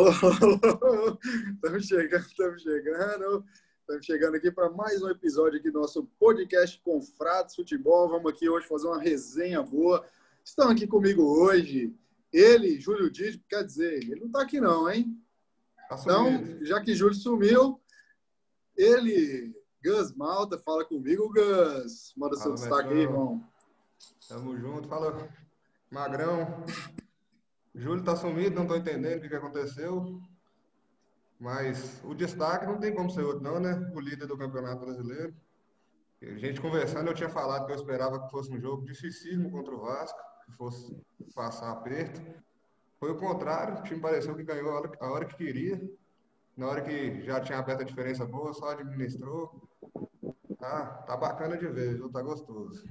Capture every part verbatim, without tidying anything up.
Alô, alô, estamos chegando, estamos chegando, estamos chegando aqui para mais um episódio aqui do nosso podcast Confratos Futebol. Vamos aqui hoje fazer uma resenha boa. Estão aqui comigo hoje ele, Júlio Dias, quer dizer, ele não está aqui não, hein? Tá então, já que Júlio sumiu, ele, Gus Malta, fala comigo, Gus. Manda seu destaque aí, irmão. Tamo junto, fala, Magrão. Júlio tá sumido, não tô entendendo o que, que aconteceu. Mas o destaque não tem como ser outro, não, né? O líder do Campeonato Brasileiro. A gente conversando, eu tinha falado que eu esperava que fosse um jogo dificílimo contra o Vasco, que fosse passar aperto. Foi o contrário, o time pareceu que ganhou a hora, a hora que queria. Na hora que já tinha aberto a diferença boa, só administrou. Tá, tá bacana de ver, viu? Tá gostoso.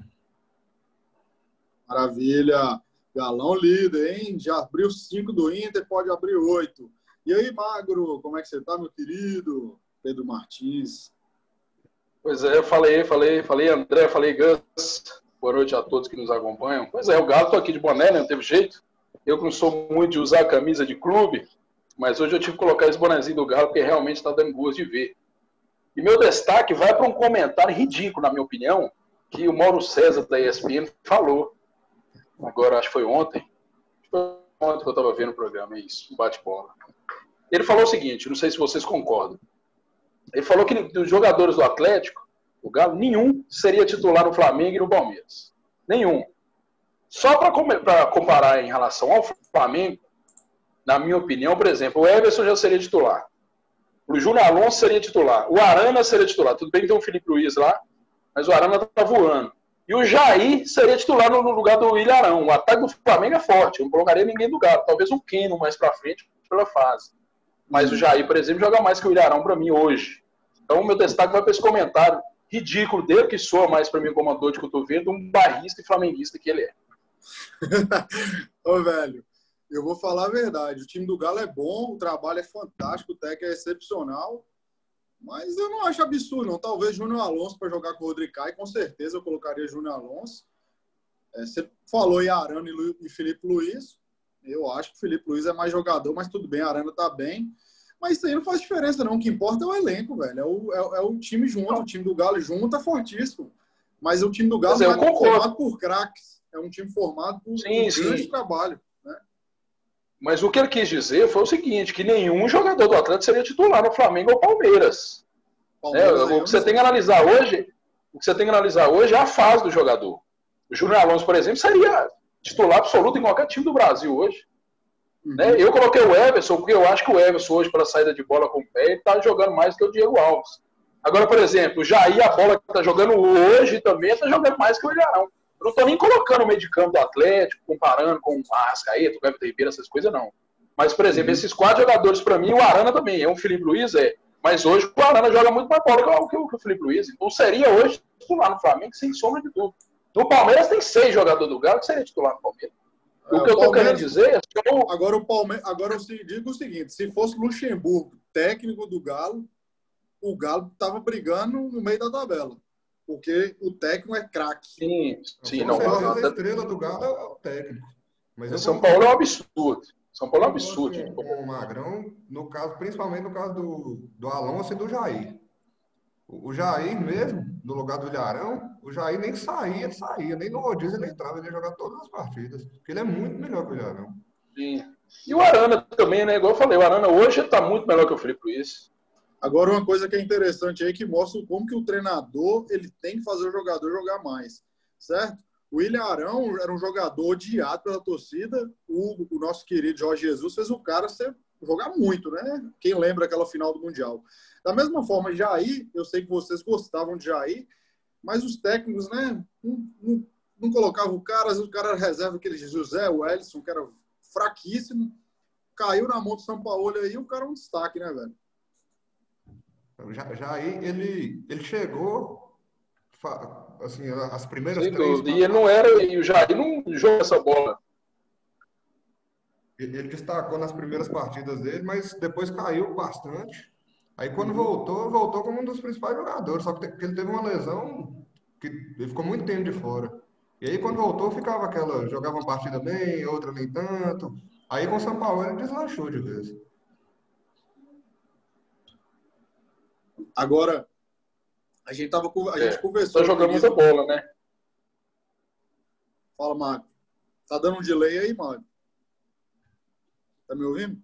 Maravilha. Galão líder, hein? Já abriu cinco do Inter, pode abrir oito. E aí, Magro, como é que você tá, meu querido? Pedro Martins. Pois é, eu falei, falei, falei, André, falei, Gus. Boa noite a todos que nos acompanham. Pois é, o Galo, tô aqui de boné, né? Não teve jeito. Eu que não sou muito de usar a camisa de clube, mas hoje eu tive que colocar esse bonezinho do Galo, porque realmente está dando gosto de ver. E meu destaque vai para um comentário ridículo, na minha opinião, que o Mauro César, da E S P N, falou. Agora, acho que foi ontem. Foi ontem que eu estava vendo o programa, é isso, um bate-bola. Ele falou o seguinte, não sei se vocês concordam. Ele falou que dos jogadores do Atlético, o Galo, nenhum seria titular no Flamengo e no Palmeiras. Nenhum. Só para comparar em relação ao Flamengo, na minha opinião, por exemplo, o Everson já seria titular. O Júnior Alonso seria titular. O Arana seria titular. Tudo bem que tem o Felipe Luiz lá, mas o Arana está voando. E o Jair seria titular no lugar do Ilharão. O ataque do Flamengo é forte. Eu não colocaria ninguém do Galo. Talvez um Keno mais para frente pela fase. Mas o Jair, por exemplo, joga mais que o Ilharão para mim hoje. Então o meu destaque vai para esse comentário ridículo dele, que soa mais para mim como uma dor de cotovelo, um barrista e flamenguista que ele é. Ô, velho, eu vou falar a verdade. O time do Galo é bom, o trabalho é fantástico, o técnico é excepcional. Mas eu não acho absurdo, não. Talvez Júnior Alonso para jogar com o Rodrigo Caio, com certeza eu colocaria Júnior Alonso. É, você falou em Arana e Felipe Luiz. Eu acho que o Felipe Luiz é mais jogador, mas tudo bem, a Arana tá bem. Mas isso aí não faz diferença, não. O que importa é o elenco, velho. É o, é, é o time junto, o time do Galo junto é fortíssimo. Mas o time do Galo não é formado por craques. É um time formado por sim, um sim. grande trabalho. Né? Mas o que ele quis dizer foi o seguinte, que nenhum jogador do Atlético seria titular no Flamengo ou Palmeiras. Palmeiras é, o que você tem que analisar hoje, o que você tem que analisar hoje é a fase do jogador. O Júnior Alonso, por exemplo, seria titular absoluto em qualquer time do Brasil hoje. Uhum. Né? Eu coloquei o Everson, porque eu acho que o Everson hoje, pela saída de bola com o pé, ele está jogando mais que o Diego Alves. Agora, por exemplo, o Jair, a bola que está jogando hoje também, está jogando mais que o Ilharão. Eu não estou nem colocando o meio de campo do Atlético, comparando com o Arrascaeta, o Everton Ribeiro, essas coisas, não. Mas, por exemplo, uhum. esses quatro jogadores, para mim, o Arana também, é um Felipe Luiz, é. Mas hoje o Arana joga muito mais bola que o, que o Felipe Luiz. Então seria hoje titular no Flamengo, sem sombra de dúvida. No Palmeiras tem seis jogadores do Galo que seria titular no Palmeiras. O que eu estou querendo dizer é que eu... Agora, o Palmeiras, agora eu digo o seguinte, se fosse Luxemburgo, técnico do Galo, o Galo estava brigando no meio da tabela. Porque o técnico é craque. Sim, sim. Não, não, a estrela do Galo é o técnico. Mas São Paulo é um absurdo. São Paulo é um absurdo. Com, com o Magrão, no caso, principalmente no caso do, do Alonso e do Jair. O, o Jair mesmo, no lugar do Ilharão, o Jair nem saía, saía, nem no rodízio ele entrava, ele ia jogar todas as partidas. Porque ele é muito melhor que o Ilharão. Sim. E o Arana também, né? Igual eu falei, o Arana hoje está muito melhor que o Felipe Luiz. Agora, uma coisa que é interessante aí, que mostra como que o treinador ele tem que fazer o jogador jogar mais, certo? O William Arão era um jogador odiado pela torcida. O, o nosso querido Jorge Jesus fez o cara ser, jogar muito, né? Quem lembra aquela final do Mundial. Da mesma forma, Jair, eu sei que vocês gostavam de Jair, mas os técnicos, né? Não, não, não colocavam o cara, às vezes o cara era reserva, aquele José, o Ellison, que era fraquíssimo. Caiu na mão do São Paulo aí, o cara é um destaque, né, velho? Jair, ele, ele chegou... assim, as primeiras Sem três... dúvida. E ele não era... E o Jair não jogou essa bola. Ele, ele destacou nas primeiras partidas dele, mas depois caiu bastante. Aí quando voltou, voltou como um dos principais jogadores. Só que ele teve uma lesão que ele ficou muito tempo de fora. E aí quando voltou, ficava aquela... Jogava uma partida bem, outra nem tanto. Aí com o São Paulo ele deslanchou de vez. Agora, a gente, tava, a gente É, conversou... tá jogando muita bola, né? Fala, Marco. Tá dando um delay aí, Marco? Tá me ouvindo?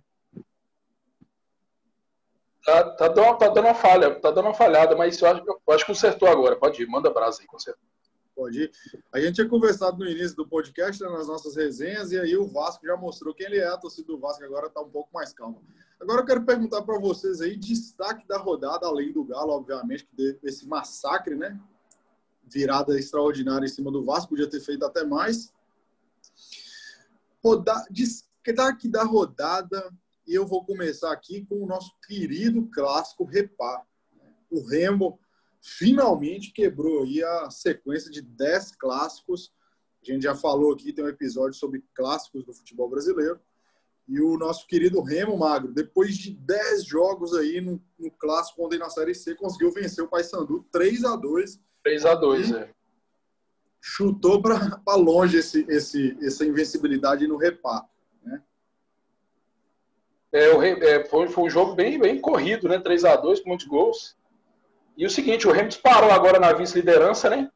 Tá, tá, dando, tá dando uma falha, tá dando uma falhada, mas eu acho, eu acho que consertou agora. Pode ir, manda brasa aí, consertou. Pode ir. A gente tinha conversado no início do podcast, né, nas nossas resenhas, e aí o Vasco já mostrou quem ele é. A torcida do Vasco agora está um pouco mais calma. Agora eu quero perguntar para vocês aí, destaque da rodada, além do Galo, obviamente, que teve esse massacre, né? Virada extraordinária em cima do Vasco, podia ter feito até mais. Roda... Destaque da rodada, e eu vou começar aqui com o nosso querido clássico Repá. O Remo finalmente quebrou aí a sequência de dez clássicos. A gente já falou aqui, tem um episódio sobre clássicos do futebol brasileiro. E o nosso querido Remo, Magro, depois de dez jogos aí no, no clássico, ontem na Série C, conseguiu vencer o Paysandu três a dois. três a dois, é. Chutou para longe esse, esse, essa invencibilidade no Repá. Né? É, o, é, foi, foi um jogo bem, bem corrido, né? três a dois, com muitos gols. E o seguinte, o Remo disparou agora na vice-liderança, né?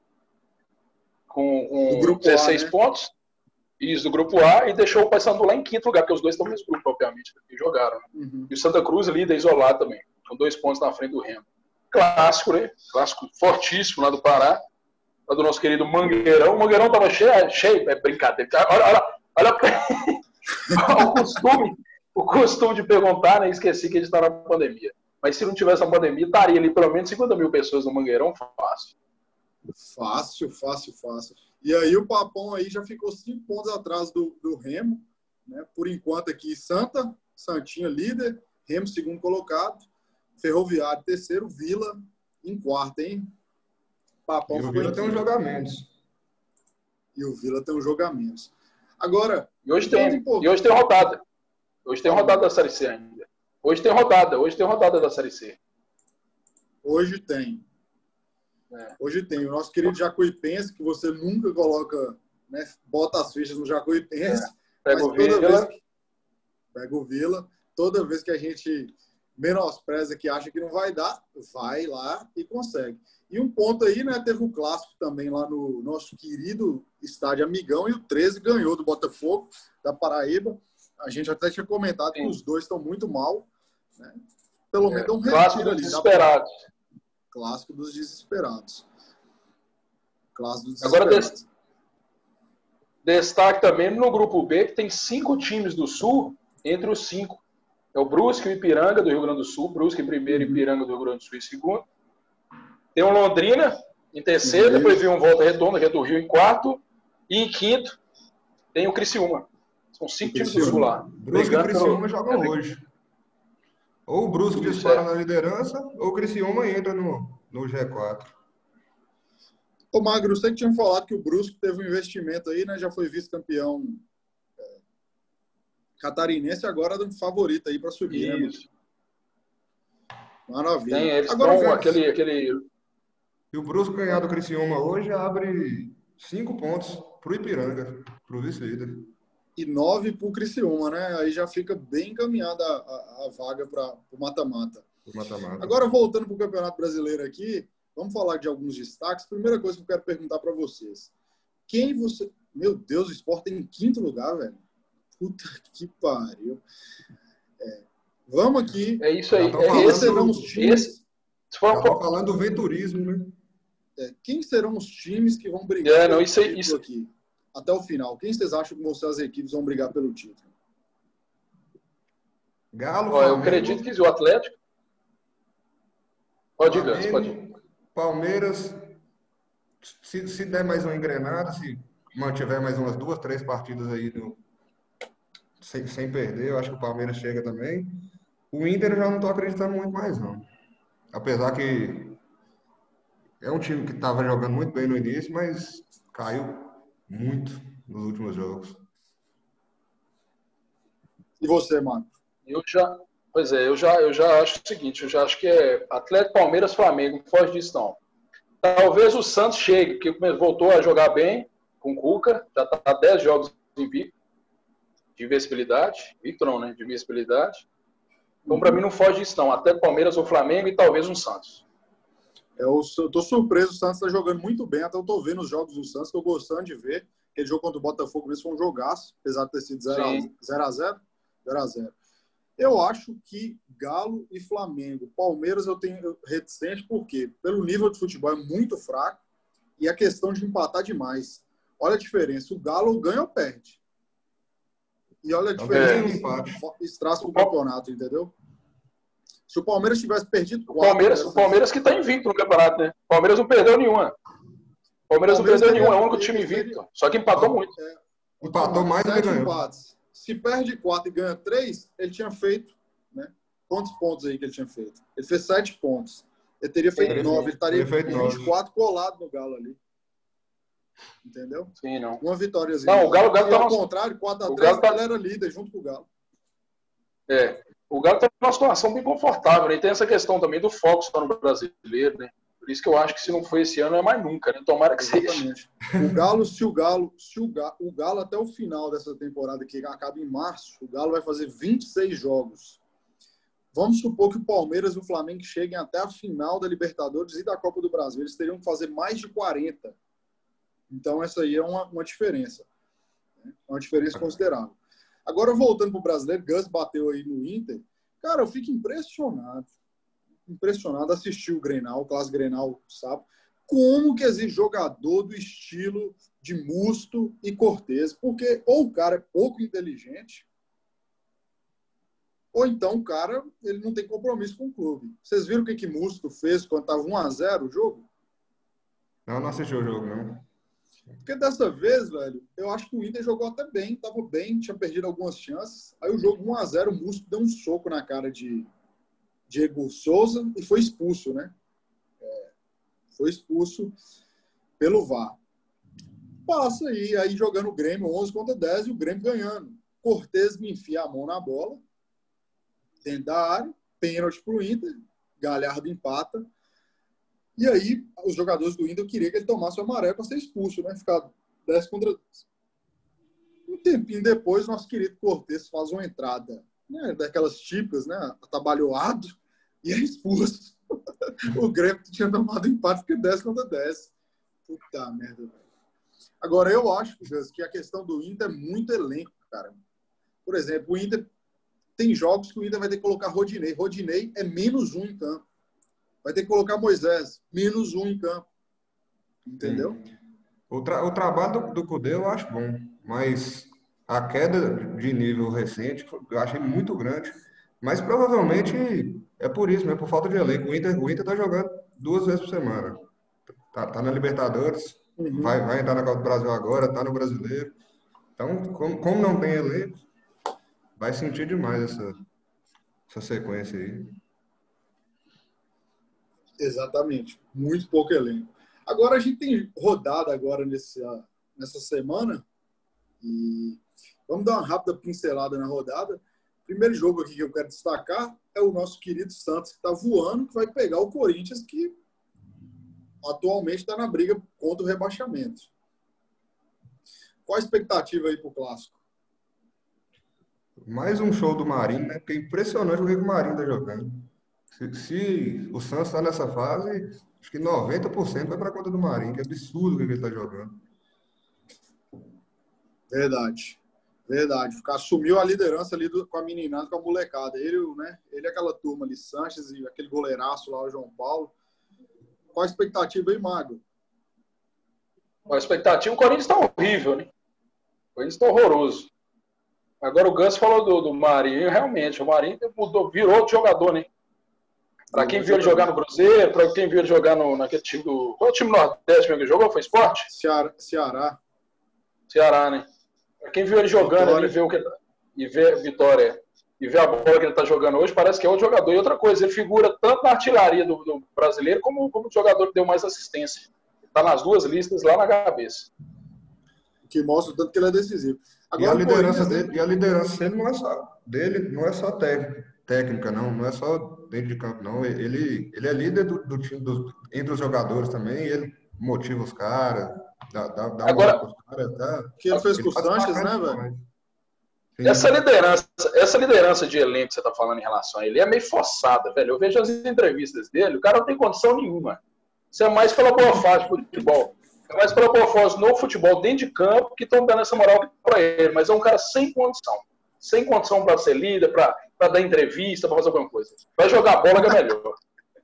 Com, com dezesseis A, né? pontos. Isso, do grupo A, e deixou o Paysandu lá em quinto lugar, porque os dois estão no mesmo grupo, obviamente, que jogaram. Né? Uhum. E o Santa Cruz, líder isolado também, com dois pontos na frente do Remo. Clássico, né? Clássico fortíssimo lá do Pará, lá do nosso querido Mangueirão. O Mangueirão estava cheio, cheio, é brincadeira. Olha, olha, olha o, costume, o costume de perguntar, né? Esqueci que a gente está na pandemia. Mas se não tivesse a pandemia, estaria ali pelo menos cinquenta mil pessoas no Mangueirão, fácil. Fácil, fácil, fácil. E aí o Papão aí já ficou cinco pontos atrás do, do Remo, né? Por enquanto aqui Santa, Santinha líder, Remo segundo colocado, Ferroviário terceiro, Vila em quarto, hein? Papão e o Vila tem um jogo a menos. E o Vila tem um jogo a menos. Agora... E hoje tem, e hoje tem rodada. Hoje tem rodada da Série C ainda. Hoje tem rodada, hoje tem rodada da Série C. Hoje tem. É. Hoje tem. O nosso querido Jacuipense, que você nunca coloca, né, bota as fichas no Jacuipense. É. Pega o Vila. Que... Pega o Vila. Toda vez que a gente menospreza, que acha que não vai dar, vai lá e consegue. E um ponto aí, né, teve um clássico também lá no nosso querido estádio Amigão, e o treze ganhou do Botafogo, da Paraíba. A gente até tinha comentado Sim. que os dois estão muito mal. Né? Pelo menos é, um clássico dos desesperados. Clássico dos desesperados. Clássico dos Agora, desesperados. Destaque também no grupo B, que tem cinco times do Sul, entre os cinco. É o Brusque e o Ipiranga, do Rio Grande do Sul. Brusque em primeiro e Ipiranga do Rio Grande do Sul em segundo. Tem o Londrina em terceiro, Isso. depois vem um Volta Redonda, que é do Rio, em quarto. E em quinto tem o Criciúma. São cinco times do Sul lá. Brusque e o Criciúma jogam hoje. Ou o Brusque dispara na liderança, ou o Criciúma entra no, no G quatro. Ô, Magro, você que tinha falado que o Brusque teve um investimento aí, né? Já foi vice-campeão é, catarinense, agora é um favorito aí para subir, Isso. né? Maravilha. Tem, eles agora, estão aquele, aquele... E o Brusque ganhar do Criciúma hoje abre cinco pontos para o Ipiranga, para o vice-líder. E nove para o Criciúma, né? Aí já fica bem encaminhada a, a, a vaga para o mata-mata. Agora, voltando para o Campeonato Brasileiro aqui, vamos falar de alguns destaques. Primeira coisa que eu quero perguntar para vocês. Quem você... Meu Deus, o Sport tem em quinto lugar, velho. Puta que pariu. É. Vamos aqui. É isso aí. Quem é serão os times... Estão falando do venturismo, né? É. Quem serão os times que vão brigar é, não, isso aí, isso... aqui? Até o final. Quem vocês acham que vão ser as equipes vão brigar pelo título? Galo, Ó, eu acredito que o Atlético. Pode ir, pode ir. Palmeiras, se, se der mais uma engrenada, se mantiver mais umas duas, três partidas aí no, sem, sem perder, eu acho que o Palmeiras chega também. O Inter eu já não estou acreditando muito mais, não. Apesar que é um time que estava jogando muito bem no início, mas caiu muito nos últimos jogos. E você, Marco? Eu já, pois é, eu já, eu já acho o seguinte, eu já acho que é Atlético, Palmeiras, Flamengo, não foge disso não. Talvez o Santos chegue, porque voltou a jogar bem com o Cuca, já está há dez jogos invicto, de invencibilidade, Victor não, né, de invencibilidade. Então, para mim, não foge disso, não. Até Palmeiras ou Flamengo e talvez um Santos. Eu tô surpreso, o Santos tá jogando muito bem, até eu tô vendo os jogos do Santos, tô gostando de ver. Aquele jogo contra o Botafogo mesmo foi um jogaço, apesar de ter sido zero a zero. zero a zero. Eu acho que Galo e Flamengo, Palmeiras eu tenho reticente, porque pelo nível de futebol é muito fraco e a questão de empatar demais. Olha a diferença, o Galo ganha ou perde. E olha a diferença, é. Estraça pro campeonato, entendeu? Se o Palmeiras tivesse perdido quatro... O Palmeiras, dessas... o Palmeiras que está invicto no campeonato, né? O Palmeiras não perdeu nenhuma. O Palmeiras, Palmeiras não perdeu nenhuma, é o único time invicto. Só que empatou muito. É, empatou mais do que ganhou. Empates. Se perde quatro e ganha três, ele tinha feito, né? Quantos pontos aí que ele tinha feito? Ele fez sete pontos. Ele teria feito ele nove, ele estaria vinte e quatro colado no Galo ali. Entendeu? Sim, não. Uma vitóriazinha. Não, o Galo, o Galo e tá ao nosso... contrário, quatro a três, tá... ele era líder junto com o Galo. É. O Galo está numa situação bem confortável, né? E tem essa questão também do foco só no brasileiro, né? Por isso que eu acho que se não for esse ano, não é mais nunca, né? Tomara que Exatamente. seja. O Galo, se o Galo, se o Galo, o Galo até o final dessa temporada, que acaba em março, o Galo vai fazer vinte e seis jogos. Vamos supor que o Palmeiras e o Flamengo cheguem até a final da Libertadores e da Copa do Brasil. Eles teriam que fazer mais de quarenta. Então, essa aí é uma, uma diferença. Né? Uma diferença considerável. Agora, voltando para o brasileiro, Gus bateu aí no Inter. Cara, eu fico impressionado. Impressionado. Assisti o Grenal, o Clássico Grenal, sabe? Como que existe jogador do estilo de Musto e Cortez? Porque ou o cara é pouco inteligente, ou então o cara ele não tem compromisso com o clube. Vocês viram o que que Musto fez quando estava um a zero o jogo? Não, não assisti o jogo, não. Porque dessa vez, velho, eu acho que o Inter jogou até bem, tava bem, tinha perdido algumas chances. Aí o jogo um a zero, o Musto deu um soco na cara de Diego Souza e foi expulso, né? É, foi expulso pelo V A R. Passa aí, aí jogando o Grêmio onze contra dez e o Grêmio ganhando. Cortez me enfia a mão na bola, dentro da área, pênalti pro Inter, Galhardo empata. E aí, os jogadores do Inter queriam que ele tomasse o amarelo para ser expulso, né? Ficar dez contra dez. Um tempinho depois, nosso querido Cortez faz uma entrada, né? Daquelas típicas, né? Atabalhoado, e é expulso. O Grêmio tinha tomado empate, porque dez contra dez. Puta merda, velho. Agora, eu acho que a questão do Inter é muito elenco, cara. Por exemplo, o Inter tem jogos que o Inter vai ter que colocar Rodinei. Rodinei é menos um em campo. Vai ter que colocar Moisés, menos um em campo. Entendeu? O, tra o trabalho do, do Cudê eu acho bom, mas a queda de nível recente eu achei muito grande. Mas provavelmente é por isso, né? Por falta de elenco. O Inter, o Inter tá jogando duas vezes por semana. Tá, tá na Libertadores, uhum. vai, vai entrar na Copa do Brasil agora, tá no Brasileiro. Então, como, como não tem elenco, vai sentir demais essa, essa sequência aí. Exatamente. Muito pouco elenco. Agora, a gente tem rodada agora nesse, nessa semana e vamos dar uma rápida pincelada na rodada. O primeiro jogo aqui que eu quero destacar é o nosso querido Santos, que está voando, que vai pegar o Corinthians, que atualmente está na briga contra o rebaixamento. Qual a expectativa aí para o Clássico? Mais um show do Marinho, né? Porque é impressionante o que o Marinho está jogando. Se, se o Santos está nessa fase, acho que noventa por cento vai para a conta do Marinho, que é absurdo o que ele está jogando. Verdade. Verdade. Assumiu a liderança ali do, com a meninada, com a molecada. Ele, né? Ele é aquela turma ali, Sanches e aquele goleiraço lá, o João Paulo. Qual a expectativa aí, Mago? A expectativa, o Corinthians está horrível, né? O Corinthians está horroroso. Agora o Gus falou do, do Marinho, realmente, o Marinho mudou, virou outro jogador, né? Para quem viu ele jogar no Cruzeiro, para quem viu ele jogar no, naquele time do... Qual é o time Nordeste mesmo que jogou? Foi Sport? Ceará. Ceará, Ceará, né? Para quem viu ele jogando ali, vê o que, e vê Vitória, e vê a bola que ele está jogando hoje, parece que é outro jogador. E outra coisa, ele figura tanto na artilharia do, do brasileiro, como, como o jogador que deu mais assistência. Está nas duas listas lá na cabeça. Que mostra o tanto que ele é decisivo. Agora, e a liderança dele, e a liderança dele não é só dele, não é só técnica, técnica não, não é só dentro de campo, não. Ele, ele é líder do, do time do, entre os jogadores também, ele motiva os caras, dá, dá, dá Agora, uma os caras, tá? Que ele fez ele com o Sanches, né, velho? Sim. Essa liderança, essa liderança de elenco que você está falando em relação a ele é meio forçada, velho. Eu vejo as entrevistas dele, o cara não tem condição nenhuma. Isso é mais pela boa fase do futebol. É mais pela boa fase no futebol, dentro de campo, que estão dando essa moral para ele. Mas é um cara sem condição. Sem condição para ser líder, para dar entrevista, para fazer alguma coisa. Vai jogar bola que é melhor.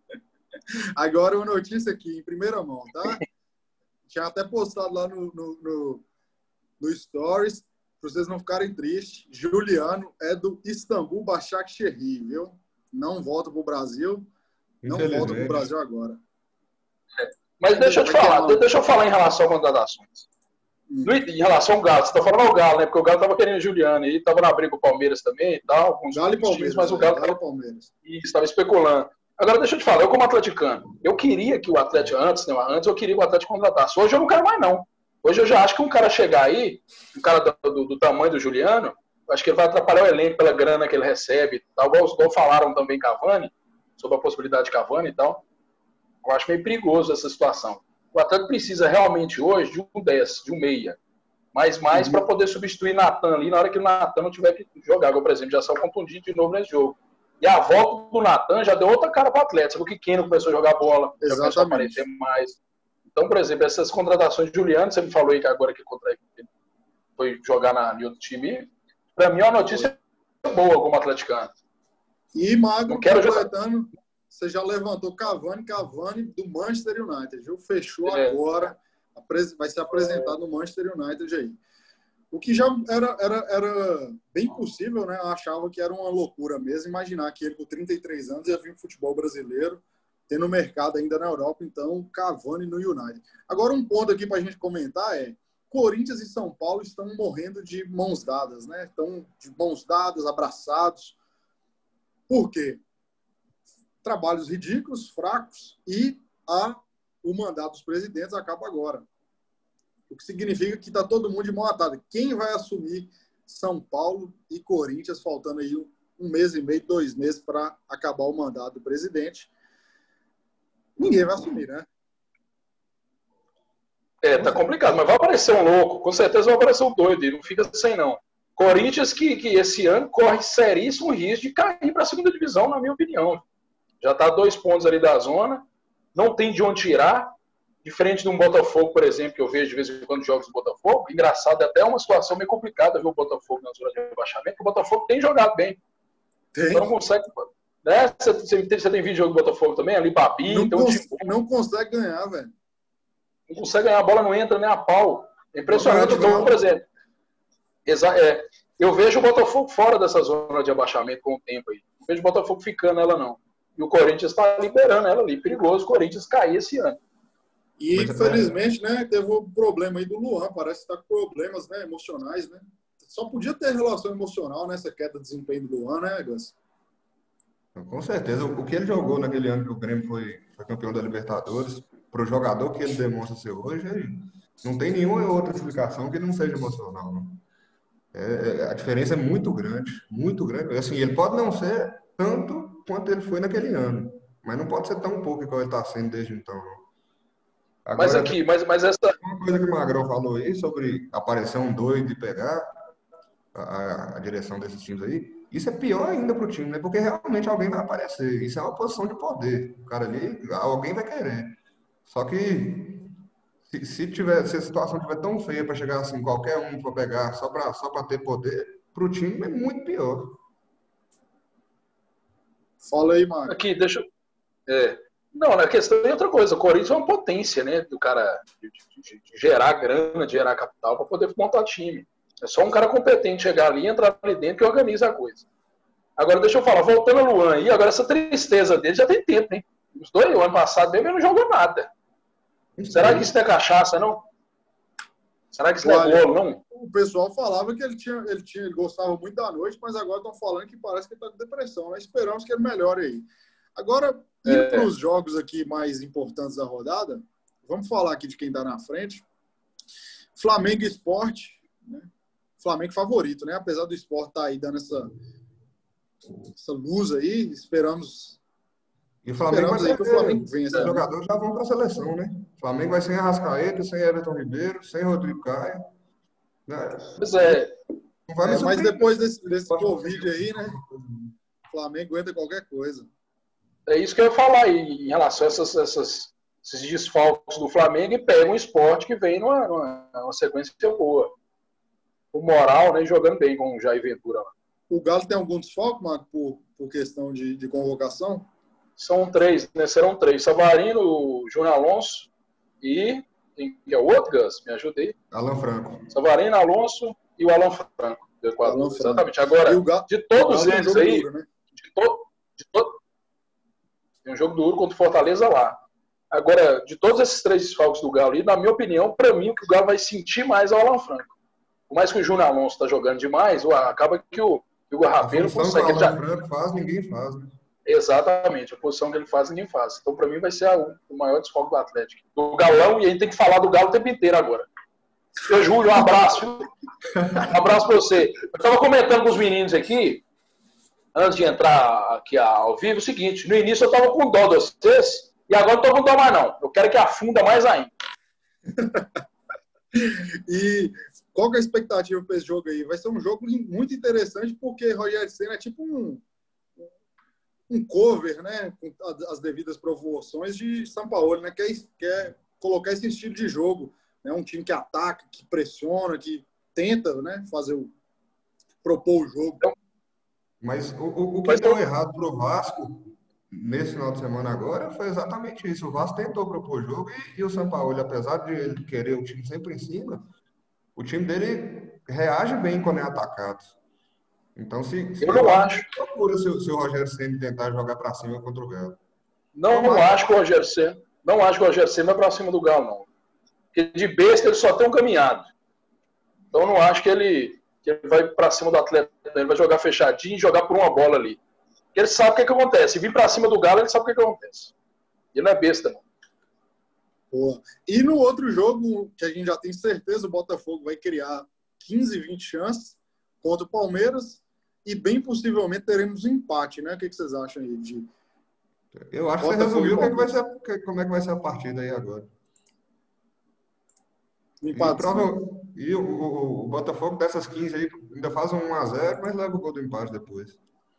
Agora uma notícia aqui, em primeira mão, tá? Tinha até postado lá no, no, no, no Stories, para vocês não ficarem tristes. Juliano é do Istambul Başakşehir, viu? Não volta para o Brasil. Não volta para o Brasil agora. É. Mas deixa eu te falar, deixa eu falar em relação a contratações. Hum. Em relação ao Galo, você está falando ao Galo, né? Porque o Galo estava querendo o Juliano e estava na briga com o Palmeiras também e tal. Com os Galo e Palmeiras, times, mas o Galo Galo e Palmeiras. estava especulando. Agora, deixa eu te falar, eu como atleticano, eu queria que o Atlético, antes, né, antes eu queria que o Atlético contratasse. Hoje eu não quero mais, não. Hoje eu já acho que um cara chegar aí, um cara do, do, do tamanho do Juliano, acho que ele vai atrapalhar o elenco pela grana que ele recebe, tal, igual, igual falaram também Cavani, sobre a possibilidade de Cavani e tal. Eu acho meio perigoso essa situação. O Atlético precisa realmente hoje de um dez, de um meia, mas mais uhum. para poder substituir Natan ali na hora que o Natan não tiver que jogar. Agora, por exemplo, já saiu contundido de novo nesse jogo. E a volta do Natan já deu outra cara para o Atlético. Sabe o que Keno começou a jogar bola, já começou a aparecer mais. Então, por exemplo, essas contratações de Juliano, você me falou aí que agora que contra ele foi jogar na, em outro time, para mim é uma notícia boa como atleticano. E, Magro, completando, você já levantou Cavani, Cavani do Manchester United, viu? Fechou é. agora, vai ser apresentado no Manchester United aí. O que já era, era, era bem possível, né? Eu achava que era uma loucura mesmo imaginar que ele com trinta e três anos ia vir pro futebol brasileiro, tendo mercado ainda na Europa, então Cavani no United. Agora um ponto aqui para a gente comentar é Corinthians e São Paulo estão morrendo de mãos dadas, né? Estão de mãos dadas, abraçados. Por quê? Trabalhos ridículos, fracos e a, o mandato dos presidentes acaba agora. O que significa que está todo mundo de mão atada. Quem vai assumir São Paulo e Corinthians, faltando aí um, um mês e meio, dois meses para acabar o mandato do presidente? Ninguém vai assumir, né? É, tá complicado, mas vai aparecer um louco. Com certeza vai aparecer um doido, e não fica sem não. Corinthians que, que esse ano corre seríssimo risco de cair para a segunda divisão, na minha opinião. Já está a dois pontos ali da zona, não tem de onde tirar. Diferente de um Botafogo, por exemplo, que eu vejo de vez em quando jogos do Botafogo, engraçado, é até uma situação meio complicada ver o Botafogo na zona de rebaixamento, porque o Botafogo tem jogado bem. Tem. Então não consegue... Né? Você, você, tem, você tem vídeo de jogo do Botafogo também? Ali, Babi... Não, então, cons tipo, não consegue ganhar, velho. Não consegue ganhar, a bola não entra nem a pau. É impressionante. Então, por exemplo, exa é, eu vejo o Botafogo fora dessa zona de abaixamento com o tempo aí. Não vejo o Botafogo ficando ela, não. E o Corinthians está liberando ela ali. Perigoso o Corinthians cair esse ano. E, infelizmente, né, teve um problema aí do Luan. Parece que está com problemas, né, emocionais, né? Só podia ter relação emocional nessa queda de desempenho do Luan, né, Gus? Com certeza. O que ele jogou naquele ano que o Grêmio foi, foi campeão da Libertadores, para o jogador que ele demonstra ser hoje, não tem nenhuma outra explicação que não seja emocional. Não. É, a diferença é muito grande, muito grande. Assim, ele pode não ser tanto quanto ele foi naquele ano, mas não pode ser tão pouco igual ele está sendo desde então. Não. Agora, mas aqui, mas, mas essa... Uma coisa que o Magrão falou aí sobre aparecer um doido e pegar a, a, a direção desses times aí, isso é pior ainda para o time, né? Porque realmente alguém vai aparecer. Isso é uma posição de poder. O cara ali, alguém vai querer. Só que se, se, tiver, se a situação estiver tão feia para chegar assim, qualquer um for pegar só para só para ter poder, para o time é muito pior. Fala aí, Marcos. Aqui, deixa eu... É... Não, na questão é outra coisa. O Corinthians é uma potência, né? Do cara de, de, de gerar grana, de gerar capital para poder montar time. É só um cara competente chegar ali, entrar ali dentro que organiza a coisa. Agora, deixa eu falar, voltando ao Luan aí, agora essa tristeza dele já tem tempo, hein? Os dois, o ano passado mesmo, ele não jogou nada. Será que isso não é cachaça, não? Será que isso não é bolo, não? O pessoal falava que ele, tinha, ele, tinha, ele gostava muito da noite, mas agora estão falando que parece que ele está com depressão, né? Esperamos que ele melhore aí. Agora, indo é. para os jogos aqui mais importantes da rodada, vamos falar aqui de quem está na frente. Flamengo e Sport, né? Flamengo favorito, né? Apesar do Sport estar tá aí dando essa, essa luz aí, esperamos... E o Flamengo Esperamos vai aí que o Flamengo vença. Os jogadores já vão para a seleção, né? O Flamengo vai sem Arrascaeta, sem Everton Ribeiro, sem Rodrigo Caio. Né? Pois é. Não vai me É, mas surpreender. depois desse, desse Covid aí, né? O Flamengo aguenta qualquer coisa. É isso que eu ia falar aí, em relação a essas, essas, esses desfalques do Flamengo, e pega um esporte que vem numa, numa, numa sequência boa. O moral, né, jogando bem com o Jair Ventura lá. O Galo tem algum desfalque, Marco, por, por questão de, de convocação? São três, né? Serão três. Savarino, o Júnior Alonso e... Quem que é o outro, Gus? Me ajudei. Alan Franco. Savarino, Alonso e o Alan Franco, do Equador. Alan Franco. Exatamente. Agora, E o Galo, de o todos Galo tem um eles jogo aí... duro, né? De to, de to, tem um jogo duro contra o Fortaleza lá. Agora, de todos esses três desfalques do Galo, e na minha opinião, para mim, o que o Galo vai sentir mais é o Alan Franco. Por mais que o Júnior Alonso está jogando demais, acaba que o, que o A Garrafeiro função que o consegue. Alan Já... Franco faz, ninguém faz, né? Exatamente, a posição que ele faz, ninguém faz. Então, para mim, vai ser a, o maior desfalque do Atlético. Do Galão, e aí tem que falar do Galo o tempo inteiro agora. Seu Júlio, um abraço. Um abraço para você. Eu estava comentando com os meninos aqui, antes de entrar aqui ao vivo, o seguinte: no início eu estava com dó de vocês, e agora não estou com dó mais, não. Eu quero que afunda mais ainda. E qual que é a expectativa para esse jogo aí? Vai ser um jogo muito interessante, porque Rogério Ceni é tipo um, um cover, né? Com as devidas proporções de Sampaoli, né? Quer, quer colocar esse estilo de jogo, né? Um time que ataca, que pressiona, que tenta, né? Fazer o, propor o jogo. Mas o, o, o que Mas deu eu- errado pro Vasco nesse final de semana agora foi exatamente isso. O Vasco tentou propor jogo e, e o Sampaoli, apesar de ele querer o time sempre em cima, o time dele reage bem quando é atacado. Então, se, se- Eu eu não acho que acho. ele procura se, o- se o Rogério Ceni tentar jogar para cima contra o Galo. Não Tomara. acho que o Rogério Ceni, não acho que o Rogério Ceni vai para cima do Galo, não. Porque de besta ele só tem um caminhado. Então eu não acho que ele, que ele vai para cima do Atlético. Ele vai jogar fechadinho e jogar por uma bola ali. Porque ele sabe o que, que acontece. Se vir para cima do Galo, ele sabe o que, que acontece. Ele não é besta, não. Boa. E no outro jogo, que a gente já tem certeza, o Botafogo vai criar quinze, vinte chances contra o Palmeiras e bem possivelmente teremos um empate, né? O que que vocês acham aí de Eu acho que você Botafogo resumiu e o que é que vai Palmeiras? ser, que- como é que vai ser a partida aí agora. um E, empatezinho? prova, e o, o- o Botafogo dessas quinze aí ainda faz um um a zero, mas leva o gol do empate depois.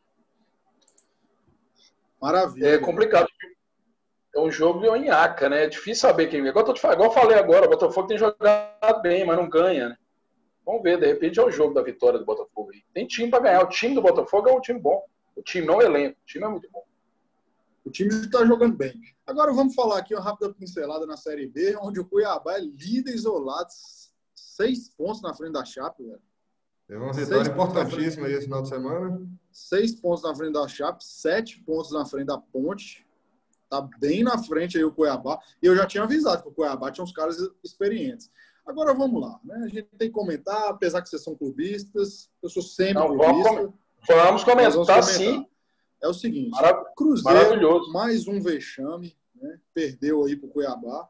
É Maravilha. complicado. É um jogo em Nhaca, né? É difícil saber quem. Igual eu, tô te falando, igual eu falei agora, o Botafogo tem jogado bem, mas não ganha, né? Vamos ver, de repente é o jogo da vitória do Botafogo aí. Tem time para ganhar. O time do Botafogo é um time bom. O time não é elenco. O time é muito bom. O time está jogando bem. Agora vamos falar aqui uma rápida pincelada na Série B, onde o Cuiabá é líder isolado, seis pontos na frente da Chape, velho. Teve uma Seis vitória pontos na importantíssima aí esse final de semana. Seis pontos na frente da Chape, sete pontos na frente da Ponte. Tá bem na frente aí o Cuiabá. E eu já tinha avisado que o Cuiabá tinha uns caras experientes. Agora vamos lá, né? A gente tem que comentar, apesar que vocês são clubistas. Eu sou sempre Não, vamos, clubista. com... vamos Nós comentar, vamos comentar. sim. É o seguinte, Marav... Cruzeiro, Maravilhoso. mais um vexame, né? Perdeu aí pro Cuiabá.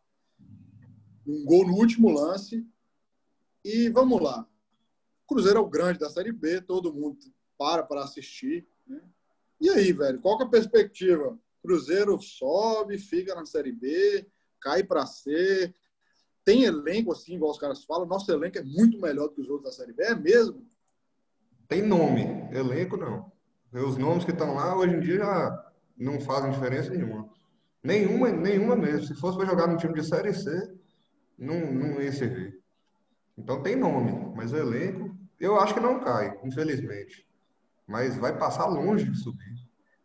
Um gol no último lance. E vamos lá. O Cruzeiro é o grande da Série B, todo mundo para para assistir, né? E aí, velho, qual que é a perspectiva? Cruzeiro sobe, fica na Série B, cai para C. Tem elenco, assim, igual os caras falam. Nosso elenco é muito melhor do que os outros da Série B, é mesmo? Tem nome, elenco não. Os nomes que estão lá hoje em dia já não fazem diferença nenhuma. Nenhuma, nenhuma mesmo. Se fosse para jogar num time de Série C, não, não ia servir. Então tem nome, mas o elenco, eu acho que não cai, infelizmente. Mas vai passar longe de subir.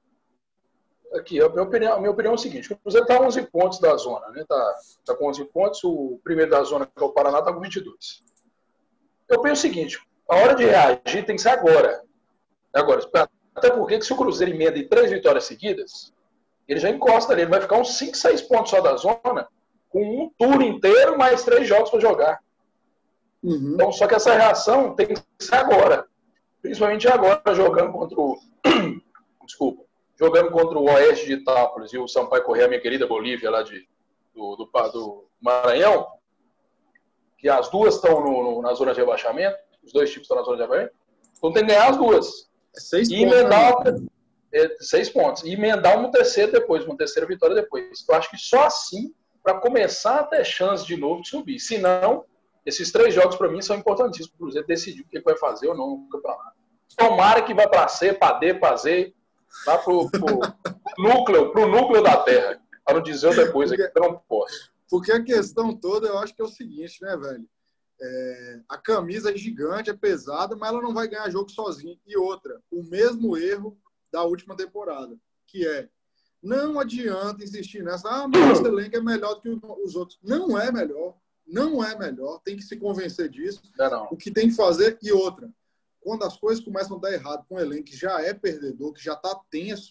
Aqui, a minha opinião, a minha opinião é o seguinte: o Cruzeiro está a onze pontos da zona, né? Está tá com onze pontos, o primeiro da zona, que é o Paraná, está com vinte e dois. Eu penso o seguinte: a hora de reagir tem que ser agora. Agora, até porque se o Cruzeiro emenda em três vitórias seguidas, ele já encosta ali, ele vai ficar uns cinco, seis pontos só da zona, com um turno inteiro, mais três jogos para jogar. Uhum. Então, só que essa reação tem que ser agora. Principalmente agora, jogando contra o... Desculpa. Jogando contra o Oeste de Itápolis e o Sampaio Corrêa, minha querida Bolívia, lá de, do, do, do Maranhão, que as duas estão no, no, na zona de rebaixamento, os dois times estão na zona de rebaixamento, então tem que ganhar as duas. É seis E pontos, emendar né? é, seis pontos. E emendar uma terceira depois, uma terceira vitória depois. Eu acho que só assim, para começar a ter chance de novo de subir. Se não, Esses três jogos, para mim, são importantíssimos para o Cruzeiro decidir o que vai fazer ou não no campeonato. Tomara que vá para C, para D, para Z, vá para o núcleo, pro núcleo da terra. Para não dizer outra coisa porque, que eu não posso. Porque a questão toda, eu acho que é o seguinte, né, velho? É, a camisa é gigante, é pesada, mas ela não vai ganhar jogo sozinha. E outra, o mesmo erro da última temporada, que é, não adianta insistir nessa, ah, mas o elenco é melhor do que os outros. Não é melhor, não é melhor, tem que se convencer disso. Não, não. O que tem que fazer, e outra, quando as coisas começam a dar errado com um elenco que já é perdedor, que já está tenso,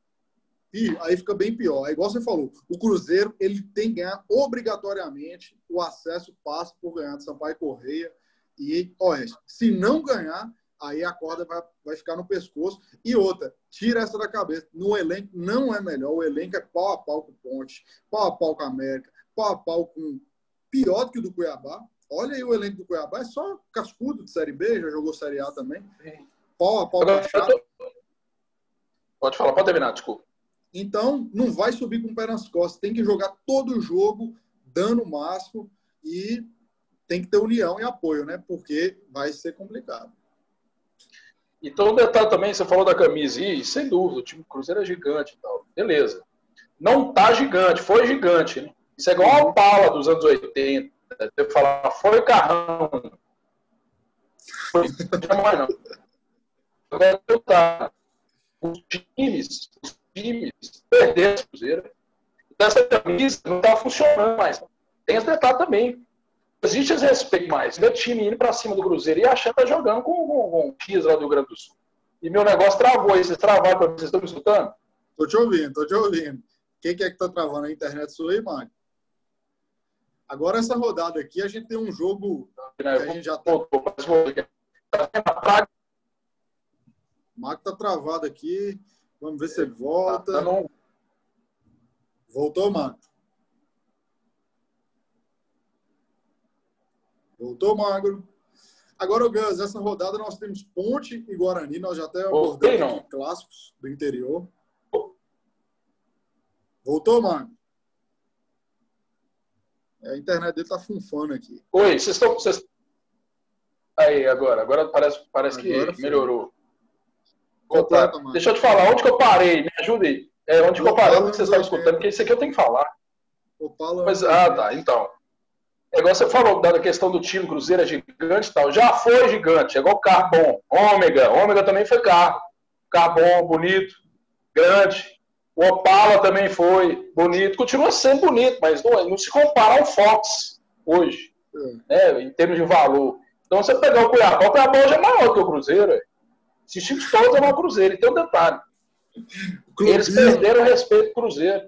e aí fica bem pior. É igual você falou, o Cruzeiro ele tem que ganhar obrigatoriamente o acesso passa por ganhar de Sampaio Correia e Oeste. Se não ganhar, aí a corda vai, vai ficar no pescoço. E outra, tira essa da cabeça. No elenco não é melhor. O elenco é pau a pau com o Ponte, pau a pau com a América, pau a pau com... Pior do que o do Cuiabá. Olha aí o elenco do Cuiabá, é só cascudo de Série B, já jogou Série A também. Pau a pau com a Chape. Pode falar, pode terminar, desculpa. Então, não vai subir com o pé nas costas. Tem que jogar todo o jogo, dando o máximo, e tem que ter união e apoio, né? Porque vai ser complicado. Então, um detalhe também, você falou da camisa, e sem dúvida, o time do Cruzeiro é gigante e tal. Beleza. Não tá gigante, foi gigante, né? Isso é igual a Opala dos anos oitenta. Você falar, foi carrão. Foi mais não. Agora, tá. Os times, os times perderam o Cruzeiro. Essa camisa não tá funcionando mais. Tem esse detalhe também. Existe esse respeito mais. Meu time indo pra cima do Cruzeiro e achando que tá jogando com, com, com o X lá do Rio Grande do Sul. E meu negócio travou aí. Vocês travaram pra mim. Vocês estão me escutando? Tô te ouvindo, tô te ouvindo. Quem que é que tá travando a internet sua aí, Mário? Agora, essa rodada aqui, a gente tem um jogo que a gente já tá... O Marco tá travado aqui. Vamos ver se ele volta. Tá, não... Voltou, Marco? Voltou, Magro? Agora, Gus, essa rodada nós temos Ponte e Guarani. Nós já até abordamos aqui clássicos do interior. Voltou, Magro? A internet dele tá funfando aqui. Oi, vocês estão... Vocês... Aí, agora. Agora parece, parece agora que foi. Melhorou. Tá. Deixa eu te falar, onde que eu parei? Me ajude aí. É, onde que eu parei? Onde vocês estavam escutando? Porque isso aqui eu tenho que falar. Mas, ah, tá. Então. É igual você falou da questão do time Cruzeiro é gigante e tal. Já foi gigante. É igual carro bom. Ômega. Ômega também foi carro. Carro bom, bonito, grande. O Opala também foi bonito. Continua sendo bonito, mas não, não se compara ao Fox hoje. É. Né, em termos de valor. Então, você pegar o Cuiabá, o Cuiabá hoje é maior que o Cruzeiro. Véio. Esses times todos é maior Cruzeiro. E tem um detalhe. Eles perderam o respeito do Cruzeiro.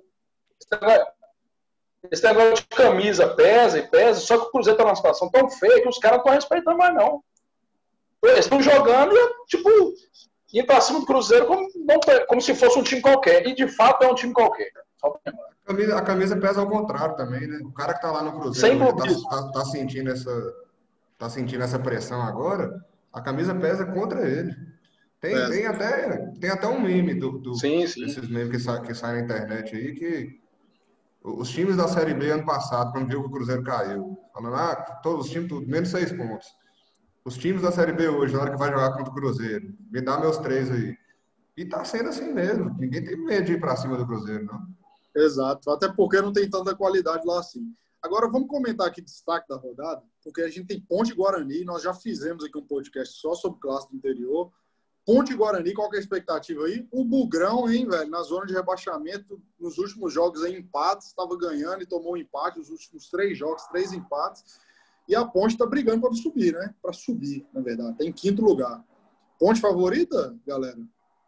Esse negócio de camisa pesa e pesa, só que o Cruzeiro tá numa situação tão feia que os caras não estão respeitando mais, não. Eles estão jogando e, tipo, indo pra cima do Cruzeiro como, não, como se fosse um time qualquer. E, de fato, é um time qualquer. Só a, camisa, a camisa pesa ao contrário também, né? O cara que tá lá no Cruzeiro tá, tá, tá, sentindo essa, tá sentindo essa pressão agora, a camisa pesa contra ele. Tem, é. tem, até, tem até um meme do, do, sim, sim. desses memes que saem que sai na internet aí, que os times da Série B ano passado, quando viu que o Cruzeiro caiu, falando, ah, todos os times, tudo, menos seis pontos. Os times da Série B hoje, na hora que vai jogar contra o Cruzeiro, me dá meus três aí. E tá sendo assim mesmo. Ninguém tem medo de ir pra cima do Cruzeiro, não. Exato. Até porque não tem tanta qualidade lá assim. Agora, vamos comentar aqui o destaque da rodada, porque a gente tem Ponte e Guarani, nós já fizemos aqui um podcast só sobre clássico do interior. Ponte e Guarani, qual que é a expectativa aí? O Bugrão, hein, velho, na zona de rebaixamento, nos últimos jogos aí, empates, estava ganhando e tomou um empate, os últimos três jogos, três empates. E a Ponte está brigando para subir, né? Para subir, na verdade. Está em quinto lugar. Ponte favorita, galera?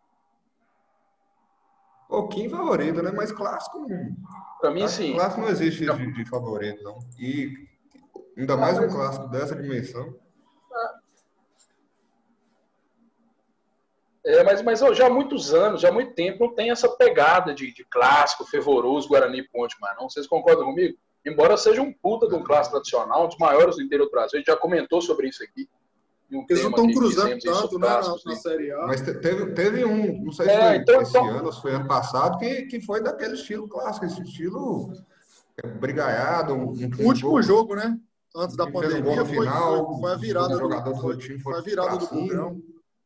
Pouquinho favorito, né? Mas clássico... Para mim, sim. Clássico não existe de, de favorito, não. E ainda mais um clássico dessa dimensão. É, mas, mas já há muitos anos, já há muito tempo, não tem essa pegada de, de clássico, fervoroso, Guarani e Ponte, mas não. Vocês concordam comigo? Embora seja um puta de um clássico tradicional, um dos maiores do interior do Brasil, a gente já comentou sobre isso aqui. Um Eles não estão cruzando tanto, né, na, na Série A. Mas teve, teve um, não sei se é, foi então, esse então... ano ou se foi ano passado, que, que foi daquele estilo clássico, esse estilo brigaiado. Um, um o último jogo, jogo, né? antes da Fez um gol pandemia, no foi, final, foi, foi a virada do, jogador do foi, outro time foi a foi virada pra do cima. Bugrão.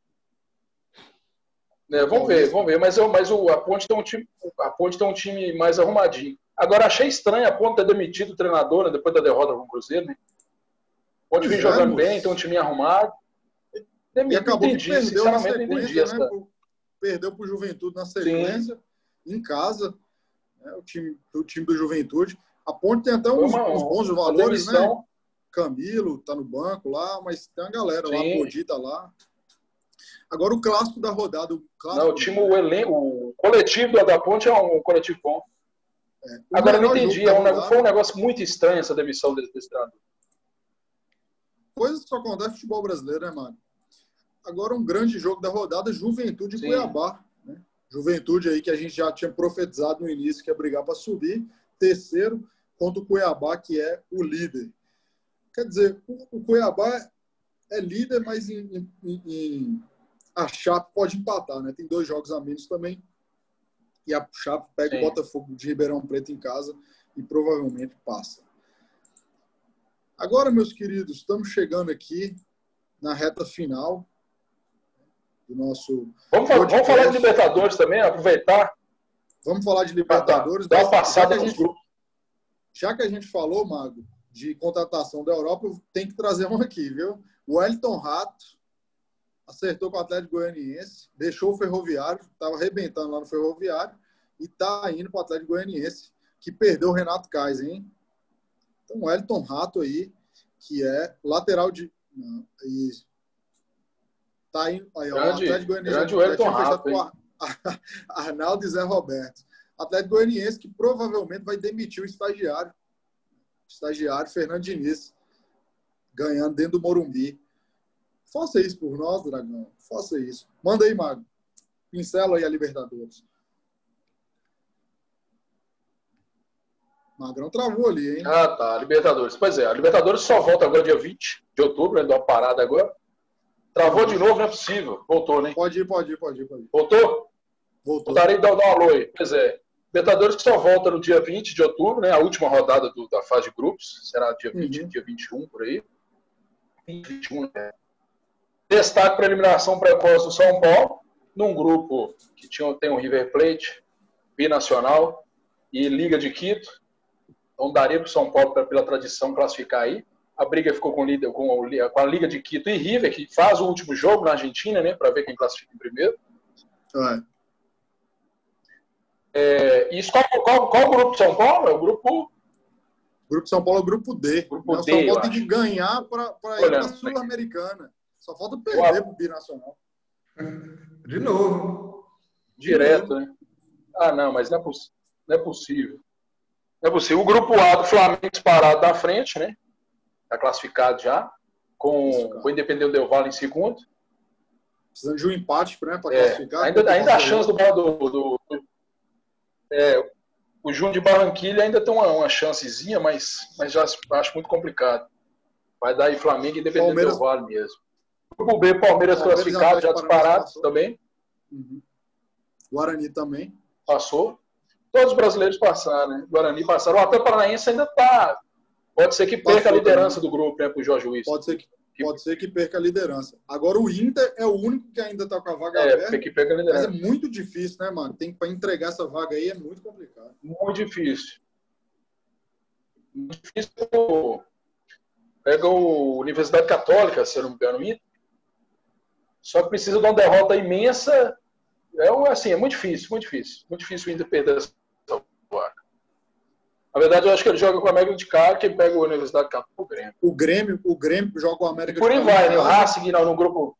É, vamos ver, vamos ver. Mas, eu, mas o, a, Ponte tem um time, a Ponte tem um time mais arrumadinho. Agora, achei estranho a Ponte ter demitido o treinador, né, depois da derrota com o Cruzeiro. Né? A Ponte vem Pois é, jogando moço. bem, tem um time arrumado. E Não acabou que entendi, perdeu na sinceramente, não entendi sequência, essa. né? Pô? Perdeu para o Juventude na sequência, Sim. em casa. Né? O, time, o time do Juventude. A Ponte tem até Foi uns, uma, uns bons uma jogadores, né? demissão. Camilo tá no banco lá, mas tem uma galera lá, Sim. Podi tá lá. Agora o clássico da rodada. O clássico, Não, o time, o elenco, o coletivo da Ponte é um coletivo bom. É, Agora, eu não melhor entendi. jogo da É um, rodada, foi um negócio muito estranho essa demissão desse, desse treinador. coisas que só acontece no futebol brasileiro, né, mano? Agora um grande jogo da rodada, Juventude e Sim. Cuiabá. Né? Juventude aí que a gente já tinha profetizado no início que ia brigar para subir. Terceiro contra o Cuiabá, que é o líder. Quer dizer, o, o Cuiabá é líder, mas em, em, em, a Chape pode empatar, né? Tem dois jogos a menos também. E a Chape pega Sim. o Botafogo de Ribeirão Preto em casa e provavelmente passa. Agora, meus queridos, estamos chegando aqui na reta final do nosso Vamos, vamos podcast. falar de Libertadores também, aproveitar. Vamos falar de Libertadores. Dá uma mas já passada que a nos gente, grupos. já que a gente falou, Mago, de contratação da Europa, eu tenho que trazer um aqui, viu? O Wellington Rato acertou com o Atlético Goianiense, deixou o Ferroviário, estava arrebentando lá no Ferroviário, e está indo para o Atlético Goianiense, que perdeu o Renato Kaiser, hein? Então, o Wellington Rato aí, que é lateral de... Não, isso. Tá indo... Aí, ó, o Grande, Atlético Goianiense grande já, Wellington já tinha Rato, fechado com a, a Arnaldo e Zé Roberto. Atlético Goianiense que provavelmente vai demitir o estagiário. O estagiário Fernando Diniz, ganhando dentro do Morumbi. Faça isso por nós, Dragão. Faça isso. Manda aí, Mago. Pincela aí a Libertadores. Magrão travou ali, hein? Ah, tá. Libertadores. Pois é, a Libertadores só volta agora dia vinte de outubro, né? Deu uma parada agora. Travou de novo, não é possível. Voltou, né? Pode ir, pode ir, pode ir. Pode ir. Voltou? Voltou. Voltarei dar um alô aí. Pois é. Libertadores que só volta no dia vinte de outubro, né? A última rodada do, da fase de grupos. Será dia vinte, Uhum. dia vinte e um, por aí. vinte e um, né? Destaque para a eliminação precoce do São Paulo, num grupo que tinha, tem o River Plate, Binacional e Liga de Quito. Então daria para o São Paulo, pela tradição, classificar aí. A briga ficou com, líder, com, a, com a Liga de Quito e River, que faz o último jogo na Argentina, né? Para ver quem classifica em primeiro. É. É, isso, qual, qual, qual o grupo de São Paulo? É o grupo... O grupo de São Paulo é o grupo D. Grupo O D, São Paulo eu tem que acho. ganhar para ir para a Olhando. Sul-Americana. Só falta perder para o Binacional. De novo. Direto, né? Ah, não, mas não é, poss... não é possível. Não é possível. O grupo A do Flamengo disparado na frente, né? Está classificado já. Com Isso, o Independente Del Valle em segundo. Precisando de um empate, né, para É, classificar. ainda, ainda a chance do, do, do, do é, o Júnior de Barranquilla ainda tem uma, uma chancezinha, mas, mas já acho muito complicado. Vai dar aí Flamengo e Independente Palmeiras... Del Valle mesmo. Grupo B, Palmeiras, Palmeiras classificado, já disparado também. Uhum. Guarani também. Passou. Todos os brasileiros passaram, né? Guarani passaram. O Atlético Paranaense ainda está... Pode ser que perca Passou a liderança também do grupo, né, para o Jorge Wilson. Pode ser que, que, pode ser que perca a liderança. Agora o Inter é o único que ainda está com a vaga é, aberta. Que perca a liderança. Mas é muito difícil, né, mano? Tem para entregar essa vaga aí é muito complicado. Muito difícil. Muito difícil. Pega o Universidade Católica, se eu não me engano, o Inter. Só que precisa de uma derrota imensa. É assim, é muito difícil, muito difícil. Muito difícil o Inter perder essa vaga. Na verdade, eu acho que ele joga com o América de Cali, quem pega o Universidade Católica, o Grêmio. O Grêmio, o Grêmio joga com o América Por de aí Cali. vai, né? O Racing não, no grupo.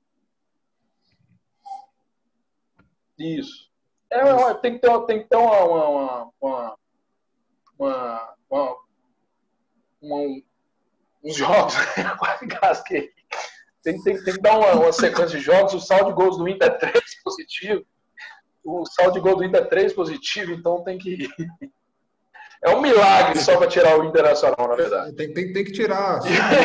Isso. É, Isso. Tem que ter, tem que ter uma, uma, uma, uma, uma, uma uns jogos, quase gasguei. Tem, tem, tem que dar uma, uma sequência de jogos. O saldo de gols do Inter é três positivo. O saldo de gols do Inter é três positivo, então tem que. É um milagre só para tirar o Internacional, na verdade. Tem, tem, tem que tirar.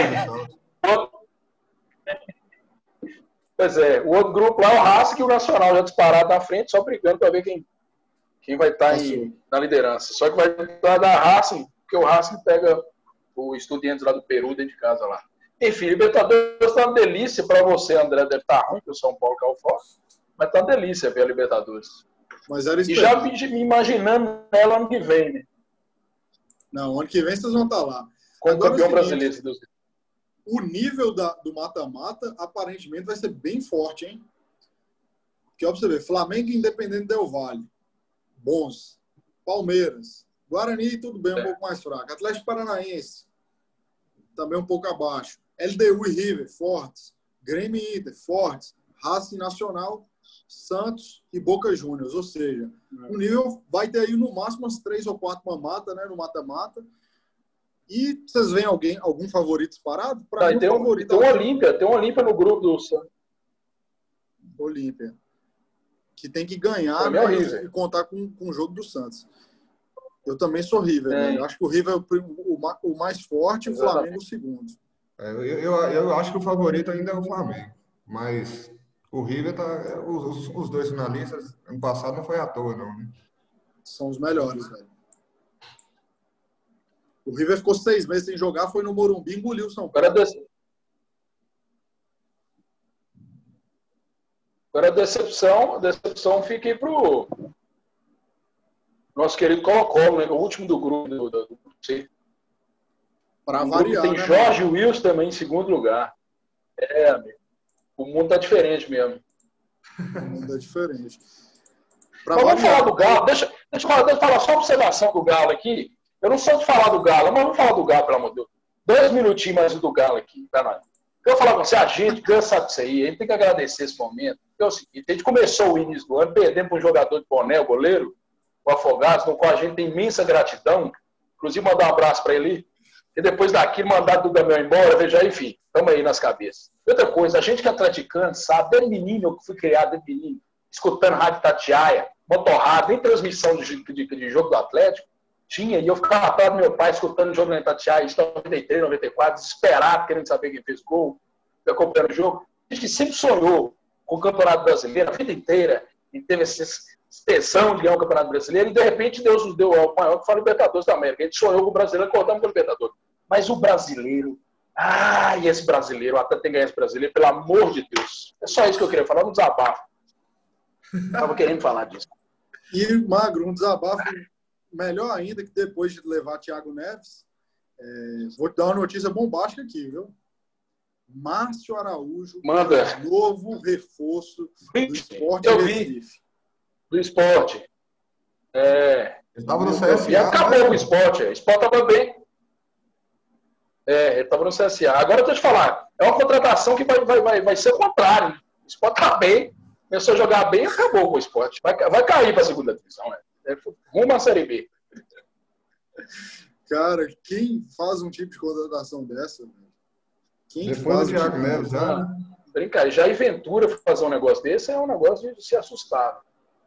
Pois é, o outro grupo lá, o Racing e o Nacional já disparado na frente, só brigando para ver quem, quem vai estar tá na liderança. Só que vai estar da Racing, porque o Racing pega o Estudiantes lá do Peru, dentro de casa lá. Enfim, Libertadores tá uma delícia para você, André. Deve estar ruim, que o São Paulo caiu fora. Mas tá uma delícia ver a Libertadores. Mas era e já me, me imaginando nela ano que vem, né? Não, ano que vem vocês vão estar lá. Como Agora, campeão é o seguinte, brasileiro, se Deus quiser. O nível da, do mata-mata aparentemente vai ser bem forte, hein? Porque, ó, pra você ver, Flamengo e Independente Del Valle, bons. Palmeiras, Guarani, tudo bem, um é. pouco mais fraco. Atlético Paranaense, também um pouco abaixo. L D U e River, fortes. Grêmio e Inter, fortes. Racing Nacional, Santos e Boca Juniors. Ou seja, o é. nível vai ter aí no máximo umas três ou quatro mata né, no mata-mata. E vocês veem alguém, algum favorito disparado? Pra mim, tem, um, favorito tem um Olímpia, tem um Olímpia no grupo do Santos. Olímpia. Que tem que ganhar, né, e contar com, com o jogo do Santos. Eu também sou River, é. né? Eu acho que o River é o, o, o mais forte e o Flamengo o segundo. É, eu, eu, eu acho que o favorito ainda é o Flamengo. Mas o River tá. Os, os dois finalistas, ano passado não foi à toa, não, né? São os melhores, velho. O River ficou seis meses sem jogar, foi no Morumbi, engoliu o São Paulo. Agora, Agora a decepção, a decepção fica aí pro nosso querido Colo-Colo, né? O último do grupo do, do, do C. Para variar, tem né, Jorge Wilson também em segundo lugar. É, amigo. O mundo tá diferente mesmo. O mundo é diferente. Pra mas vamos falar do Galo. Deixa, deixa, eu falar, deixa eu falar só uma observação do Galo aqui. Eu não sou de falar do Galo, mas vamos falar do Galo, pelo amor de Deus. Dois minutinhos mais do Galo aqui, pra nós. Eu vou falar com você, a gente cansa disso aí, a gente tem que agradecer esse momento. É o seguinte, a gente começou o início do ano perdendo para um jogador de boné, o goleiro, o Afogados, no qual a gente tem imensa gratidão. Inclusive, mandar um abraço para ele. E depois daquilo, mandar do Damião embora, veja, enfim, estamos aí nas cabeças. Outra coisa, a gente que é atleticano, sabe, desde menino, eu que fui criado desde menino, escutando Rádio Tatiaia, motorrado, nem transmissão de, de, de jogo do Atlético, tinha, e eu ficava atrás do meu pai escutando o jogo na Itatiaia, em noventa e três, noventa e quatro, desesperado, querendo saber quem fez gol, acompanhando o jogo. A gente sempre sonhou com o Campeonato Brasileiro, a vida inteira, e teve essa extensão de ganhar o Campeonato Brasileiro, e de repente Deus nos deu algo maior que foi o Libertadores da América. A gente sonhou com o brasileiro, acordamos com o Libertadores. Mas o brasileiro, ai, esse brasileiro, até tem que ganhar esse brasileiro, pelo amor de Deus. É só isso que eu queria falar, um desabafo. Estava querendo falar disso. E, Magro, um desabafo melhor ainda que depois de levar Thiago Neves, é, vou te dar uma notícia bombástica aqui, viu? Márcio Araújo, Manda. É novo reforço do Sport eu Recife. Vi. Do Sport. É. Ele estava no C S A. E acabou com o Sport. O Sport estava bem. É, ele estava no C S A. Agora eu tô te falar, é uma contratação que vai, vai, vai, vai ser o contrário. O Sport tá bem, começou a jogar bem e acabou com o Sport. Vai, vai cair para a segunda divisão. É. É, rumo à Série B. Cara, quem faz um tipo de contratação dessa? Quem Depois faz do Thiago um tipo Neves, já. Brincar. Já e Ventura fazer um negócio desse é um negócio de se assustar.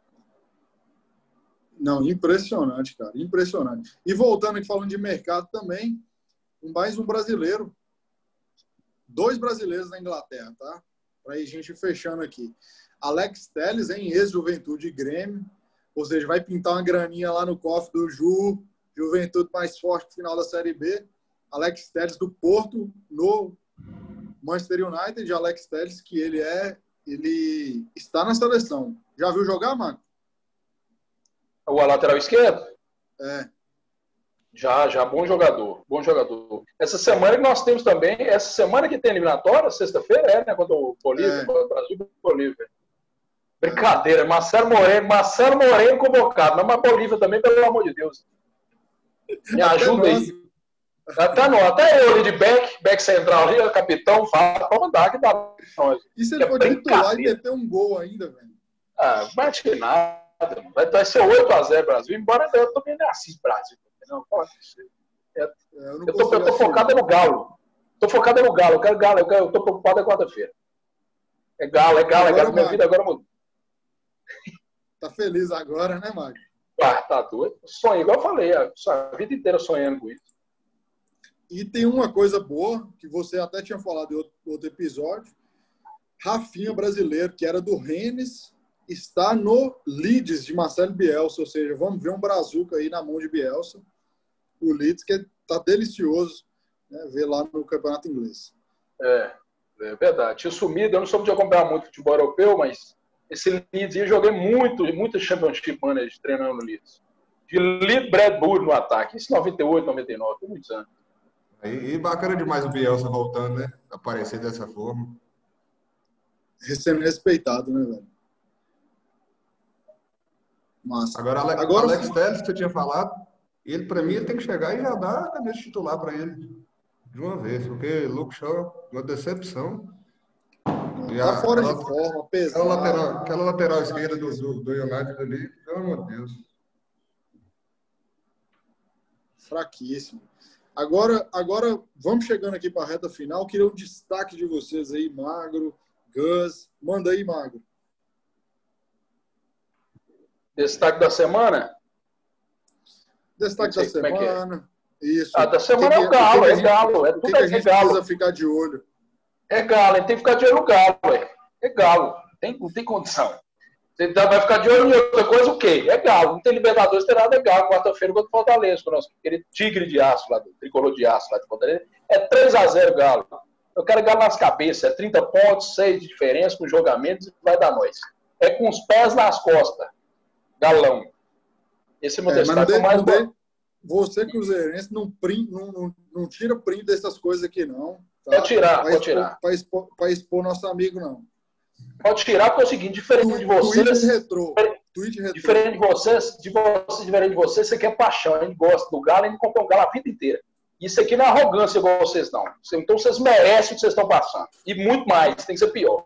Não, impressionante, cara. Impressionante. E voltando aqui falando de mercado também, mais um brasileiro. Dois brasileiros na Inglaterra, tá? Para a gente fechando aqui. Alex Telles, em ex-Juventude e Grêmio. Ou seja, vai pintar uma graninha lá no cofre do Ju, Juventude mais forte no final da Série B. Alex Telles do Porto no Manchester United. De Alex Telles, que ele é, ele está na seleção. Já viu jogar, Marco? O lateral esquerdo? É. Já, já, bom jogador, bom jogador. Essa semana que nós temos também, essa semana que tem eliminatória, sexta-feira, é, né, contra o Bolívia, é. contra o Brasil e Bolívia. Brincadeira, Marcelo Moreno, Marcelo Moreno convocado, mas Bolívia também, pelo amor de Deus. Me ajuda aí. Até, não, até eu ali de back, back central ali, capitão, fala, pode mandar que dá pra nós. E se ele for titular e meter um gol ainda, velho? Ah, bate nada. Vai, vai ser oito a zero Brasil, embora eu também não assisto Brasil. Não, é, é, eu, não eu, tô, eu tô focado no Galo. Tô focado no Galo. Eu quero Galo. Eu, quero, eu tô preocupado é quarta-feira. É Galo, é Galo, agora, é Galo. Minha vida agora mudou. Tá feliz agora, né, Mário? Ah, tá doido. Sonho, igual eu falei, a, a vida inteira sonhando com isso. E tem uma coisa boa, que você até tinha falado em outro, outro episódio. Rafinha, brasileiro, que era do Rennes, está no Leeds de Marcelo Bielsa. Ou seja, vamos ver um brazuca aí na mão de Bielsa. O Leeds, que tá delicioso né, ver lá no campeonato inglês. É, é verdade. Tinha sumido, eu não soube de acompanhar muito futebol europeu, mas esse Leeds eu joguei muito, muito Championship Manager treinando no Leeds. De Leeds Bradbury no ataque, isso em noventa e oito, noventa e nove, tem muitos anos. E, e bacana demais o Bielsa voltando, né? Aparecer dessa forma. Sendo respeitado, né, velho? Massa. Agora, Ale Agora Alex Telles, que você tinha falado, ele, pra mim, ele tem que chegar e já dar a camisa titular pra ele de uma vez, porque Luke Shaw, uma decepção. E tá a, fora aquela, de forma, pesado. Aquela lateral, aquela lateral esquerda do, do, do United ali, pelo amor de Deus. Fraquíssimo. Agora, agora vamos chegando aqui para a reta final. Queria um destaque de vocês aí, Magro, Gus. Manda aí, Magro. Destaque da semana? Destaque da semana. É é. Isso. Ah, da semana que, é o Galo, é Galo. É tudo que, que a gente Galo. precisa ficar de olho? É Galo, a gente tem que ficar de olho no Galo, é. É Galo. Tem, não tem condição. Você vai ficar de olho em outra coisa, o quê? É Galo. Não tem Libertadores, tem nada, é Galo. Quarta-feira contra o Fortaleza, com o nosso aquele tigre de aço lá, do tricolor de aço lá de Fortaleza. É três a zero Galo. Eu quero Galo nas cabeças. É trinta pontos, seis de diferença com jogamentos e vai dar nós. É com os pés nas costas. Galão. Esse é o meu é, destaque. Mas não mais dê, não dê, você, cruzeirense, não, print, não, não, não tira print dessas coisas aqui, não. Tá? Pode tirar, pra pode expor, tirar. Para expor, expor nosso amigo, não. Pode tirar, porque é o seguinte, diferente de vocês... Tweet retrô. Tweet retrô. Diferente de vocês, de vocês, diferente de vocês, você quer paixão. A gente gosta do Galo, a gente compra um Galo a vida inteira. Isso aqui não é arrogância igual vocês, não. Então vocês merecem o que vocês estão passando. E muito mais, tem que ser pior.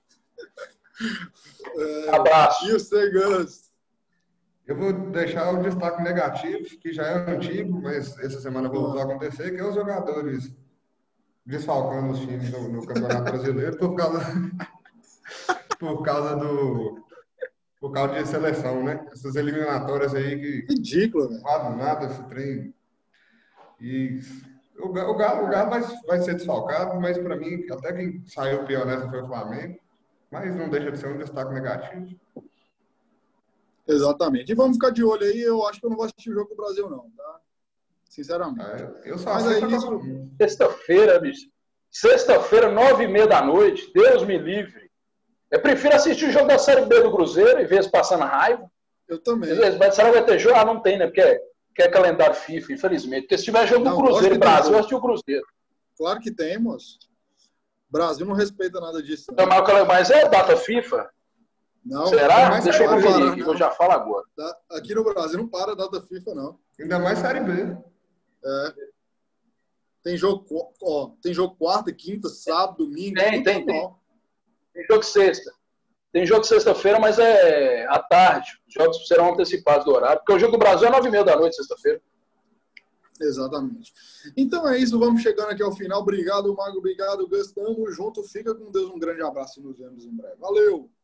É, Abraço. E o Gus? Eu vou deixar o destaque negativo, que já é antigo, mas essa semana voltou a acontecer, que é os jogadores desfalcando os times no, no Campeonato Brasileiro por causa, por causa do por causa de seleção, né? Essas eliminatórias aí que... Ridículo, velho. Nada, nada, esse trem. E o, o Galo, o Galo vai, vai ser desfalcado, mas para mim, até quem saiu pior nessa foi o Flamengo, mas não deixa de ser um destaque negativo. Exatamente. E vamos ficar de olho aí. Eu acho que eu não vou assistir o jogo do Brasil, não, tá? Sinceramente. É, eu só Mas sei aí isso... Sexta-feira, bicho. Sexta-feira, nove e meia da noite. Deus me livre. Eu prefiro assistir o jogo da Série B do Cruzeiro, em vez de passar na raiva. Eu também. Mas será que vai ter jogo? Ah, não tem, né? Porque é, porque é calendário FIFA, infelizmente. Porque se tiver jogo do Cruzeiro e Brasil, eu assisti o Cruzeiro. Claro que tem, moço. Brasil não respeita nada disso. Não. Não, mas é data FIFA? Não. Será? Deixa eu conferir parar, aqui, eu já falo agora. Aqui no Brasil não para a data FIFA, não. Ainda mais Série B. É. Tem jogo, ó, tem jogo quarta, quinta, sábado, domingo. Tem, tem, tem. Tem jogo sexta. Tem jogo sexta-feira, mas é à tarde. Os jogos serão antecipados do horário, porque o jogo do Brasil é nove e meia da noite, sexta-feira. Exatamente. Então é isso, vamos chegando aqui ao final. Obrigado, Mago. Obrigado, Gus. Tamo junto. Fica com Deus. Um grande abraço e nos vemos em breve. Valeu!